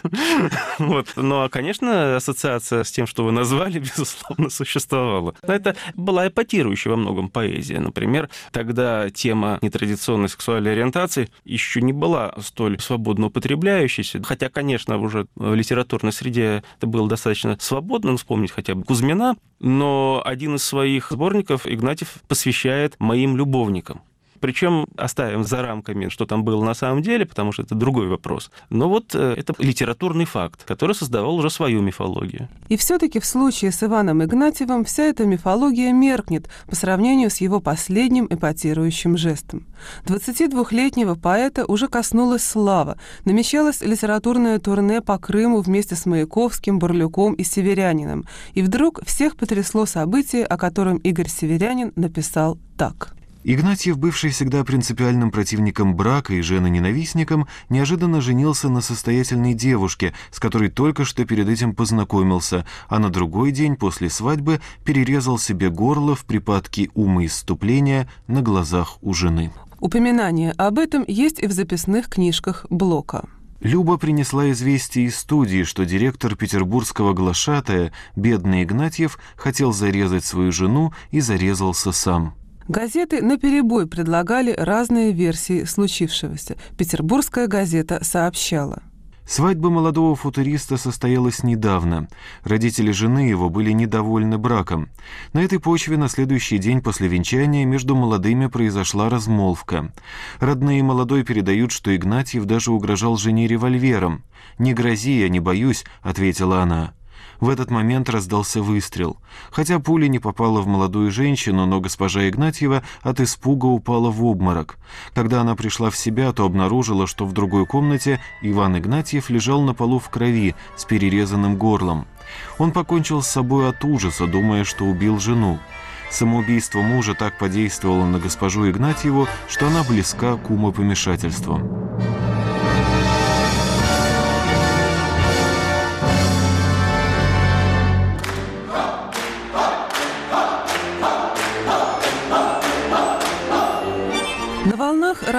Но, конечно, ассоциация с тем, что вы назвали, безусловно, существовала. Но это была эпатирующая во многом поэзия. Например, тогда тема нетрадиционной сексуальной ориентации еще не была столь свободно употребляющейся. Хотя, конечно, уже в литературной среде это было достаточно свободно, вспомнить хотя бы Кузьмина. Но один из своих сборников Игнатьев посвящает «Моим любовникам». Причем оставим за рамками, что там было на самом деле, потому что это другой вопрос. Но это литературный факт, который создавал уже свою мифологию. И все-таки в случае с Иваном Игнатьевым вся эта мифология меркнет по сравнению с его последним эпатирующим жестом. 22-летнего поэта уже коснулась слава. Намечалось литературное турне по Крыму вместе с Маяковским, Бурлюком и Северяниным. И вдруг всех потрясло событие, о котором Игорь Северянин написал так. Игнатьев, бывший всегда принципиальным противником брака и женоненавистником, неожиданно женился на состоятельной девушке, с которой только что перед этим познакомился, а на другой день после свадьбы перерезал себе горло в припадке умоисступления на глазах у жены. Упоминание об этом есть и в записных книжках Блока. Люба принесла известие из студии, что директор петербургского глашатая, бедный Игнатьев, хотел зарезать свою жену и зарезался сам. Газеты наперебой предлагали разные версии случившегося. Петербургская газета сообщала. Свадьба молодого футуриста состоялась недавно. Родители жены его были недовольны браком. На этой почве на следующий день после венчания между молодыми произошла размолвка. Родные молодой передают, что Игнатьев даже угрожал жене револьвером. «Не грози, я не боюсь», — ответила она. В этот момент раздался выстрел. Хотя пуля не попала в молодую женщину, но госпожа Игнатьева от испуга упала в обморок. Когда она пришла в себя, то обнаружила, что в другой комнате Иван Игнатьев лежал на полу в крови с перерезанным горлом. Он покончил с собой от ужаса, думая, что убил жену. Самоубийство мужа так подействовало на госпожу Игнатьеву, что она близка к умопомешательству.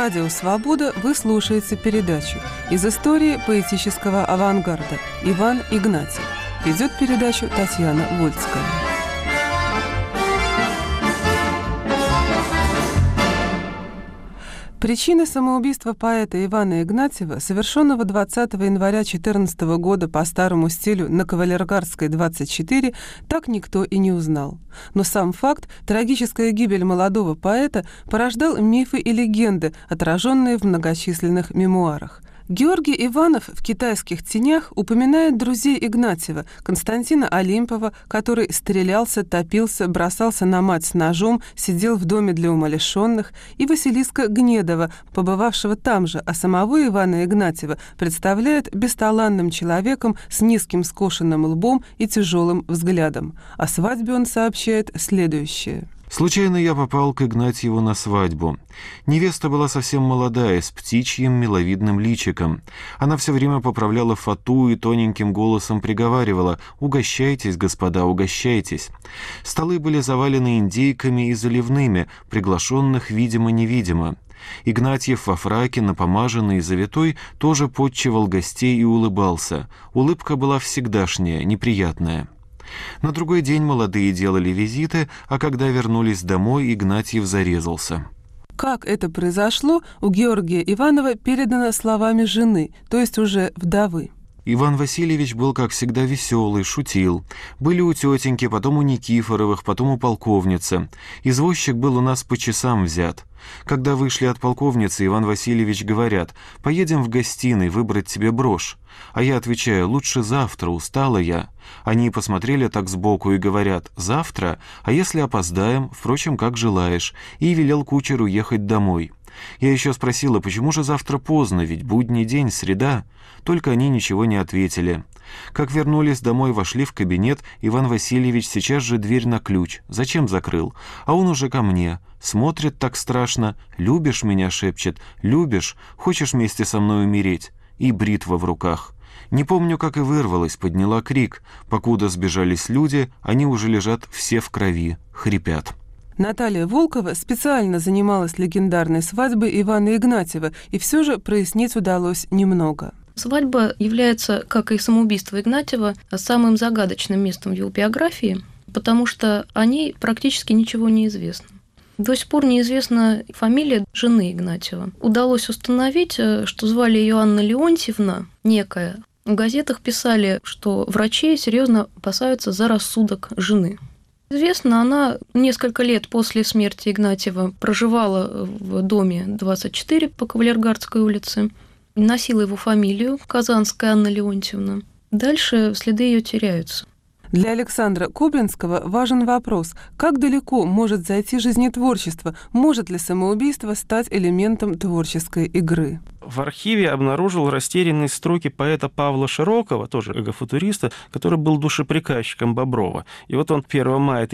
Радио «Свобода» вы слушаете передачу «Из истории поэтического авангарда» Иван Игнатьев. Ведет передачу Татьяна Вольцкая. Причины самоубийства поэта Ивана Игнатьева, совершенного 20 января 2014 года по старому стилю на Кавалергардской, 24, так никто и не узнал. Но сам факт, трагическая гибель молодого поэта, порождал мифы и легенды, отраженные в многочисленных мемуарах. Георгий Иванов в «Китайских тенях» упоминает друзей Игнатьева, Константина Олимпова, который стрелялся, топился, бросался на мать с ножом, сидел в доме для умалишенных, и Василиска Гнедова, побывавшего там же, а самого Ивана Игнатьева представляет бесталанным человеком с низким скошенным лбом и тяжелым взглядом. О свадьбе он сообщает следующее. Случайно я попал к Игнатьеву на свадьбу. Невеста была совсем молодая, с птичьим миловидным личиком. Она все время поправляла фату и тоненьким голосом приговаривала: «Угощайтесь, господа, угощайтесь». Столы были завалены индейками и заливными, приглашенных видимо-невидимо. Игнатьев во фраке, напомаженный и завитой, тоже подчивал гостей и улыбался. Улыбка была всегдашняя, неприятная. На другой день молодые делали визиты, а когда вернулись домой, Игнатьев зарезался. Как это произошло, у Георгия Иванова передано словами жены, то есть уже вдовы. Иван Васильевич был, как всегда, веселый, шутил. Были у тетеньки, потом у Никифоровых, потом у полковницы. Извозчик был у нас по часам взят. Когда вышли от полковницы, Иван Васильевич говорят: «Поедем в гостиной выбрать тебе брошь». А я отвечаю: «Лучше завтра, устала я». Они посмотрели так сбоку и говорят: «Завтра? А если опоздаем? Впрочем, как желаешь». И велел кучеру ехать домой. Я еще спросила: «Почему же завтра поздно, ведь будний день, среда?» Только они ничего не ответили. Как вернулись домой, вошли в кабинет, Иван Васильевич сейчас же дверь на ключ. Зачем закрыл? А он уже ко мне. Смотрит так страшно. «Любишь меня?» — шепчет. «Любишь? Хочешь вместе со мной умереть?» И бритва в руках. Не помню, как и вырвалась, подняла крик. Покуда сбежались люди, они уже лежат все в крови, хрипят. Наталья Волкова специально занималась легендарной свадьбой Ивана Игнатьева, и все же прояснить удалось немного. Свадьба является, как и самоубийство Игнатьева, самым загадочным местом в его биографии, потому что о ней практически ничего не известно. До сих пор неизвестна фамилия жены Игнатьева. Удалось установить, что звали ее Анна Леонтьевна, некая. В газетах писали, что врачи серьезно опасаются за рассудок жены. Известно, она несколько лет после смерти Игнатьева проживала в доме 24 по Кавалергардской улице, носила его фамилию, Казанская Анна Леонтьевна. Дальше следы ее теряются. Для Александра Кобринского важен вопрос, как далеко может зайти жизнетворчество, может ли самоубийство стать элементом творческой игры. В архиве обнаружил растерянные строки поэта Павла Широкова, тоже эго-футуриста, который был душеприказчиком Боброва. И вот он 1 мая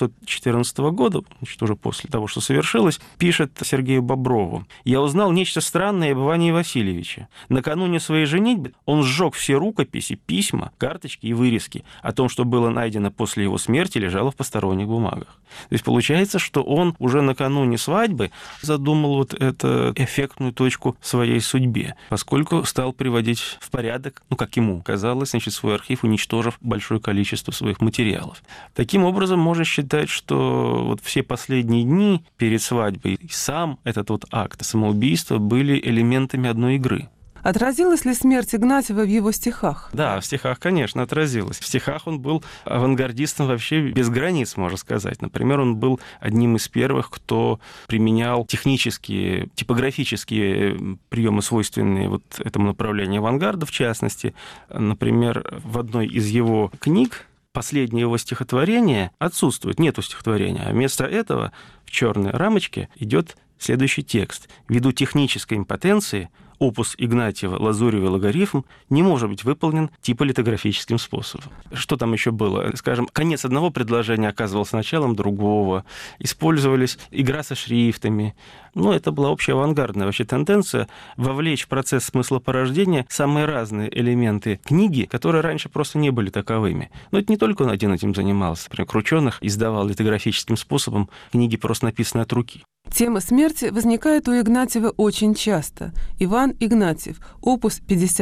1914 года, значит, уже после того, что совершилось, пишет Сергею Боброву: «Я узнал нечто странное об Иване Васильевиче. Накануне своей женитьбы он сжег все рукописи, письма, карточки и вырезки. О том, что было найдено после его смерти, лежало в посторонних бумагах». То есть получается, что он уже накануне свадьбы задумал вот эту эффектную точку в своей судьбе, поскольку стал приводить в порядок, как ему казалось, значит, свой архив, уничтожив большое количество своих материалов. Таким образом, можно считать, что вот все последние дни перед свадьбой и сам этот вот акт самоубийства были элементами одной игры. Отразилась ли смерть Игнатьева в его стихах? Да, в стихах, конечно, отразилась. В стихах он был авангардистом вообще без границ, можно сказать. Например, он был одним из первых, кто применял технические, типографические приемы, свойственные вот этому направлению авангарда, в частности. Например, в одной из его книг последнее его стихотворение отсутствует, нету стихотворения, а вместо этого в черной рамочке идет следующий текст. «Ввиду технической импотенции опус Игнатьева «Лазуревый логарифм» не может быть выполнен типолитографическим способом». Что там еще было? Скажем, конец одного предложения оказывался началом другого. Использовались игра со шрифтами. Это была общая авангардная вообще тенденция вовлечь в процесс смыслопорождения самые разные элементы книги, которые раньше просто не были таковыми. Но это не только он один этим занимался. Например, Крученых издавал литографическим способом книги, просто написанные от руки. Тема смерти возникает у Игнатьева очень часто. Иван Игнатьев, опус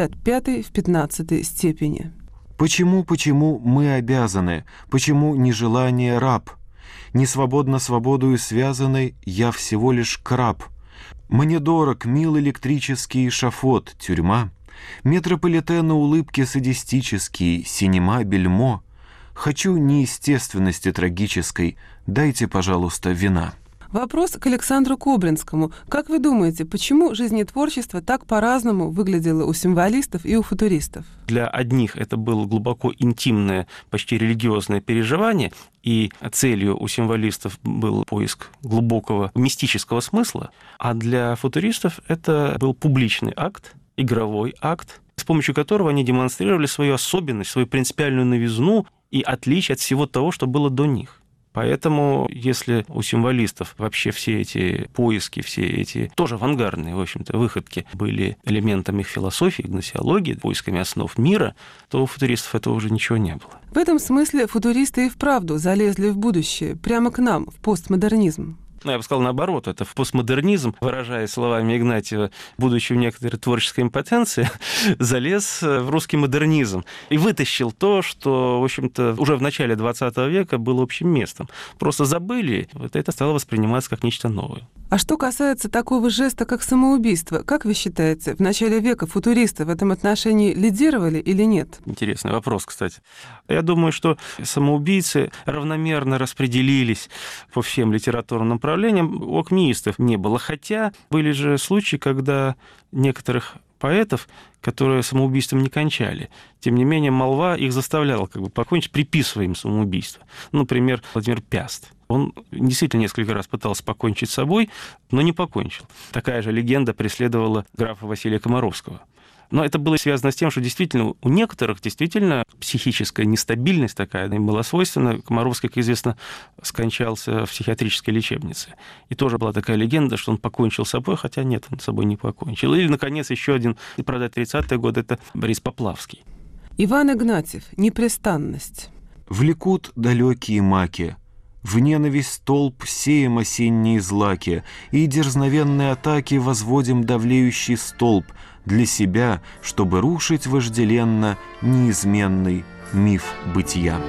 55 в 15 степени. Почему мы обязаны? Почему нежелание раб? Не свободно свободою связанной, я всего лишь краб. Мне дорог, мил электрический эшафот, тюрьма. Метрополитена улыбки садистические, синема, бельмо. Хочу неестественности трагической, дайте, пожалуйста, вина. Вопрос к Александру Кобринскому. Как вы думаете, почему жизнетворчество так по-разному выглядело у символистов и у футуристов? Для одних это было глубоко интимное, почти религиозное переживание, и целью у символистов был поиск глубокого мистического смысла, а для футуристов это был публичный акт, игровой акт, с помощью которого они демонстрировали свою особенность, свою принципиальную новизну и отличие от всего того, что было до них. Поэтому, если у символистов вообще все эти поиски, все эти тоже авангардные, в общем-то, выходки были элементами их философии, гносеологии, поисками основ мира, то у футуристов этого уже ничего не было. В этом смысле футуристы и вправду залезли в будущее, прямо к нам, в постмодернизм. Я бы сказал наоборот, это в постмодернизм, выражаясь словами Игнатьева, будучи в некоторой творческой импотенции, залез в русский модернизм и вытащил то, что, в общем-то, уже в начале 20 века было общим местом. Просто забыли, вот это стало восприниматься как нечто новое. А что касается такого жеста, как самоубийство, как вы считаете, в начале века футуристы в этом отношении лидировали или нет? Интересный вопрос, кстати. Я думаю, что самоубийцы равномерно распределились по всем литературным направлениям. У акмеистов не было, хотя были же случаи, когда некоторых поэтов, которые самоубийством не кончали. Тем не менее, молва их заставляла покончить, приписывая им самоубийство. Например, Владимир Пяст. Он действительно несколько раз пытался покончить с собой, но не покончил. Такая же легенда преследовала графа Василия Комаровского. Но это было связано с тем, что действительно у некоторых действительно психическая нестабильность такая им была свойственна. Комаровский, как известно, скончался в психиатрической лечебнице. И тоже была такая легенда, что он покончил с собой, хотя нет, он с собой не покончил. Или, наконец, еще один, правда, 30-е годы, это Борис Поплавский. Иван Игнатьев. Непрестанность. Влекут далекие маки, в ненависть толп сеем осенние злаки, и дерзновенные атаки возводим давлеющий столб для себя, чтобы рушить вожделенно неизменный миф бытия.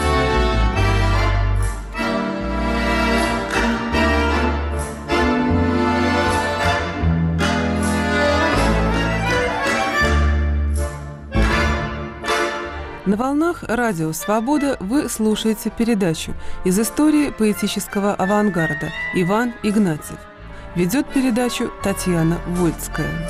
На волнах радио «Свобода» вы слушаете передачу из истории поэтического авангарда «Иван Игнатьев». Ведет передачу Татьяна Вольцкая.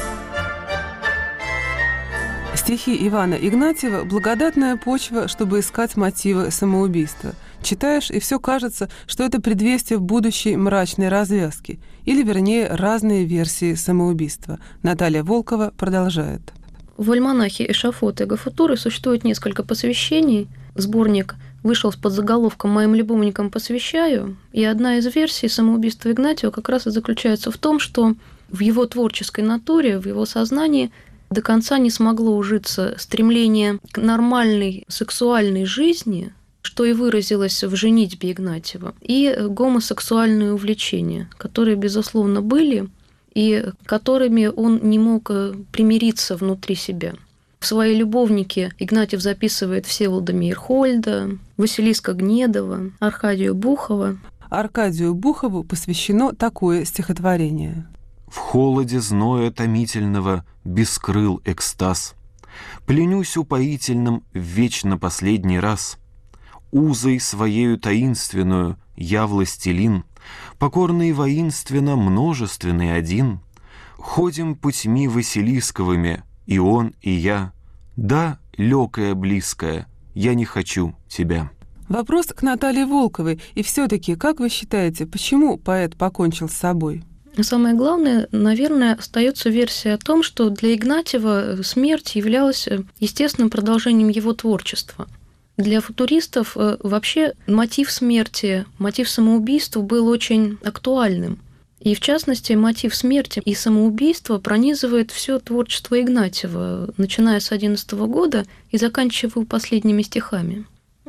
Стихи Ивана Игнатьева – благодатная почва, чтобы искать мотивы самоубийства. Читаешь, и все кажется, что это предвестие будущей мрачной развязки, или, вернее, разные версии самоубийства. Наталья Волкова продолжает. В альманахе «Эшафот и Эго-футуры» существует несколько посвящений. Сборник вышел с подзаголовком «Моим любовникам посвящаю», и одна из версий самоубийства Игнатьева как раз и заключается в том, что в его творческой натуре, в его сознании до конца не смогло ужиться стремление к нормальной сексуальной жизни, что и выразилось в женитьбе Игнатьева, и гомосексуальные увлечения, которые, безусловно, были, и которыми он не мог примириться внутри себя. В своей любовнике Игнатьев записывает Всеволода Мейерхольда, Василиска Гнедова, Аркадию Бухова. Аркадию Бухову посвящено такое стихотворение. В холоде зноя томительного бескрыл экстаз. Пленюсь упоительным в вечно последний раз. Узой своею таинственную я властелин, покорный воинственно множественный один. Ходим путьми василисковыми, и он, и я. Да, лёкая близкая, я не хочу тебя. Вопрос к Наталье Волковой. И все-таки, как вы считаете, почему поэт покончил с собой? Самое главное, наверное, остается версия о том, что для Игнатьева смерть являлась естественным продолжением его творчества. Для футуристов вообще мотив смерти, мотив самоубийства был очень актуальным. И, в частности, мотив смерти и самоубийства пронизывает все творчество Игнатьева, начиная с 11 года и заканчивая последними стихами.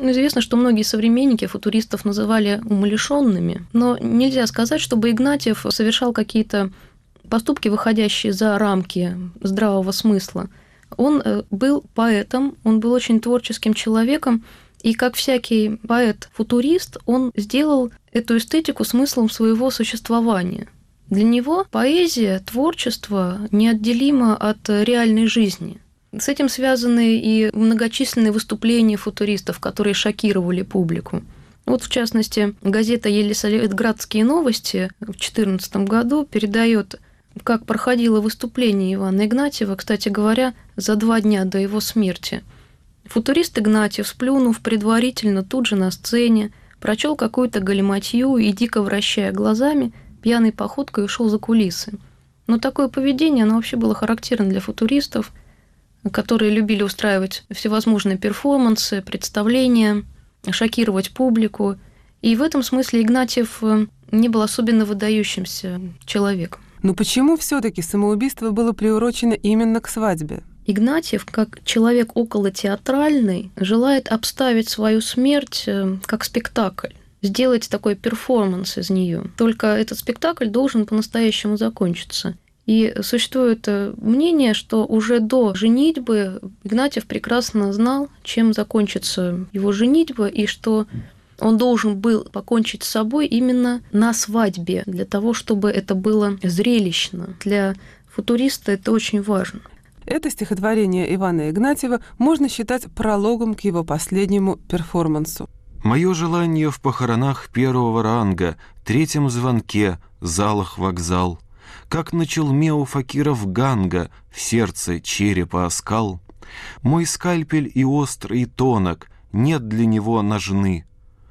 Известно, что многие современники футуристов называли умалишенными, но нельзя сказать, чтобы Игнатьев совершал какие-то поступки, выходящие за рамки здравого смысла. Он был поэтом, он был очень творческим человеком, и как всякий поэт-футурист, он сделал эту эстетику смыслом своего существования. Для него поэзия, творчество неотделимо от реальной жизни. С этим связаны и многочисленные выступления футуристов, которые шокировали публику. Вот, в частности, газета «Елисаветградские новости» в 2014 году передает, как проходило выступление Ивана Игнатьева, кстати говоря, за 2 дня до его смерти. Футурист Игнатьев, сплюнув предварительно тут же на сцене, прочел какую-то галиматью и, дико вращая глазами, пьяной походкой ушел за кулисы. Но такое поведение, оно вообще было характерно для футуристов, которые любили устраивать всевозможные перформансы, представления, шокировать публику. И в этом смысле Игнатьев не был особенно выдающимся человеком. Но почему все-таки самоубийство было приурочено именно к свадьбе? Игнатьев, как человек околотеатральный, желает обставить свою смерть как спектакль, сделать такой перформанс из нее. Только этот спектакль должен по-настоящему закончиться. И существует мнение, что уже до женитьбы Игнатьев прекрасно знал, чем закончится его женитьба, и что он должен был покончить с собой именно на свадьбе, для того, чтобы это было зрелищно. Для футуриста это очень важно. Это стихотворение Ивана Игнатьева можно считать прологом к его последнему перформансу. «Мое желание в похоронах первого ранга, третьем звонке, залах вокзал. Как на челме у факиров ганга в сердце черепа оскал. Мой скальпель и остр, и тонок, нет для него ножны.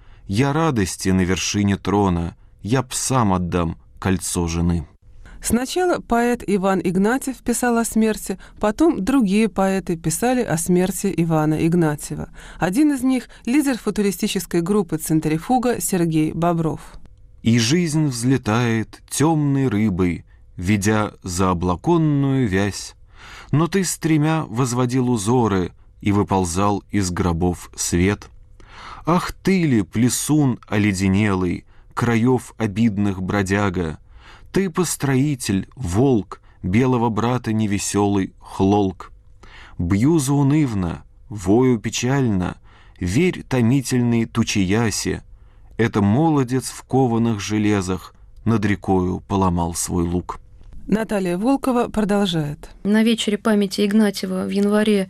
Я радости на вершине трона, я псам отдам кольцо жены». Сначала поэт Иван Игнатьев писал о смерти, потом другие поэты писали о смерти Ивана Игнатьева. Один из них – лидер футуристической группы «Центрифуга» Сергей Бобров. «И жизнь взлетает темной рыбой, ведя за облаконную вязь. Но ты с тремя возводил узоры и выползал из гробов свет. Ах ты ли, плесун оледенелый, краев обидных бродяга, ты построитель, волк, белого брата невеселый хлолк. Бью заунывно, вою печально, верь томительной тучиясе, это молодец в кованых железах над рекою поломал свой лук». Наталья Волкова продолжает. На вечере памяти Игнатьева в январе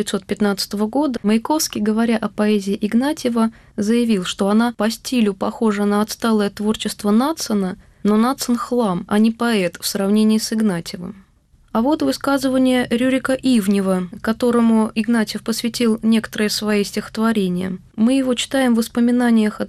1915 года Маяковский, говоря о поэзии Игнатьева, заявил, что она по стилю похожа на отсталое творчество Надсона, но Надсон хлам, а не поэт в сравнении с Игнатьевым. А вот высказывание Рюрика Ивнева, которому Игнатьев посвятил некоторые свои стихотворения. Мы его читаем в воспоминаниях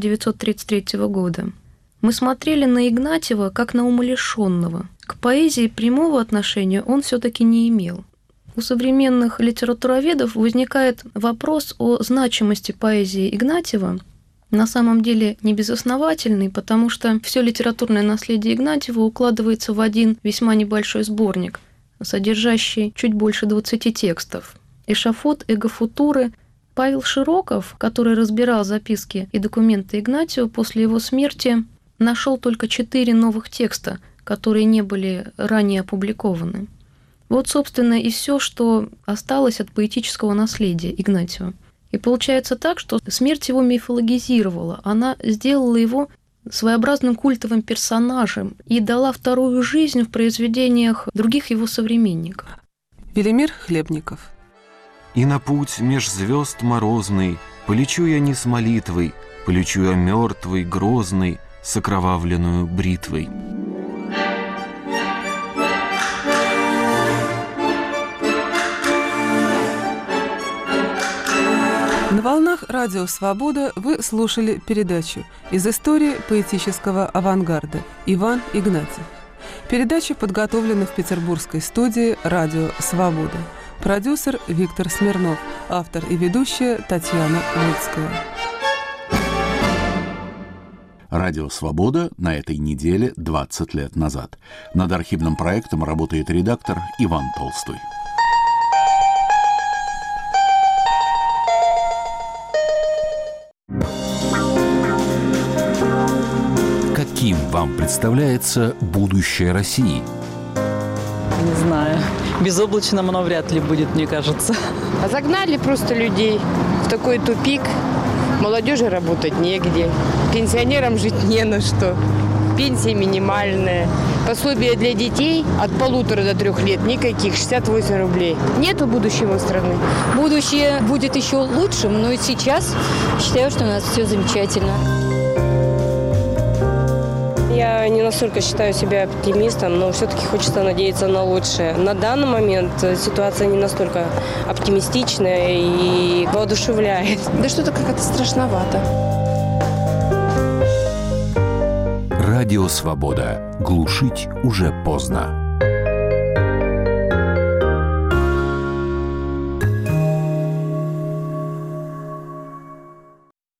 1933 года. «Мы смотрели на Игнатьева как на умалишенного. К поэзии прямого отношения он все-таки не имел. У современных литературоведов возникает вопрос о значимости поэзии Игнатьева, на самом деле не безосновательный, потому что все литературное наследие Игнатьева укладывается в один весьма небольшой сборник, содержащий чуть больше 20 текстов. «Эшафот, эго-футуры». Павел Широков, который разбирал записки и документы Игнатьева после его смерти, нашел только 4 новых текста, которые не были ранее опубликованы. Вот, собственно, и все, что осталось от поэтического наследия Игнатьева. И получается так, что смерть его мифологизировала. Она сделала его своеобразным культовым персонажем и дала вторую жизнь в произведениях других его современников. Велимир Хлебников. «И на путь меж звезд морозный полечу я не с молитвой, полечу я мертвый, грозный, с окровавленную бритвой». На волнах Радио Свобода вы слушали передачу «Из истории поэтического авангарда» Иван Игнатьев. Передача подготовлена в петербургской студии «Радио Свобода». Продюсер Виктор Смирнов, автор и ведущая Татьяна Луцкая. Радио «Свобода» на этой неделе 20 лет назад. Над архивным проектом работает редактор Иван Толстой. Каким вам представляется будущее России? Не знаю. Безоблачным оно вряд ли будет, мне кажется. Загнали просто людей в такой тупик. Молодежи работать негде. Пенсионерам жить не на что. Пенсия минимальная. Пособие для детей от 1,5 до 3 лет никаких, 68 рублей. Нету будущего страны. Будущее будет еще лучшим, но и сейчас считаю, что у нас все замечательно. Я не настолько считаю себя оптимистом, но все-таки хочется надеяться на лучшее. На данный момент ситуация не настолько оптимистичная и воодушевляет. Да что-то как-то страшновато. Радио «Свобода». Глушить уже поздно.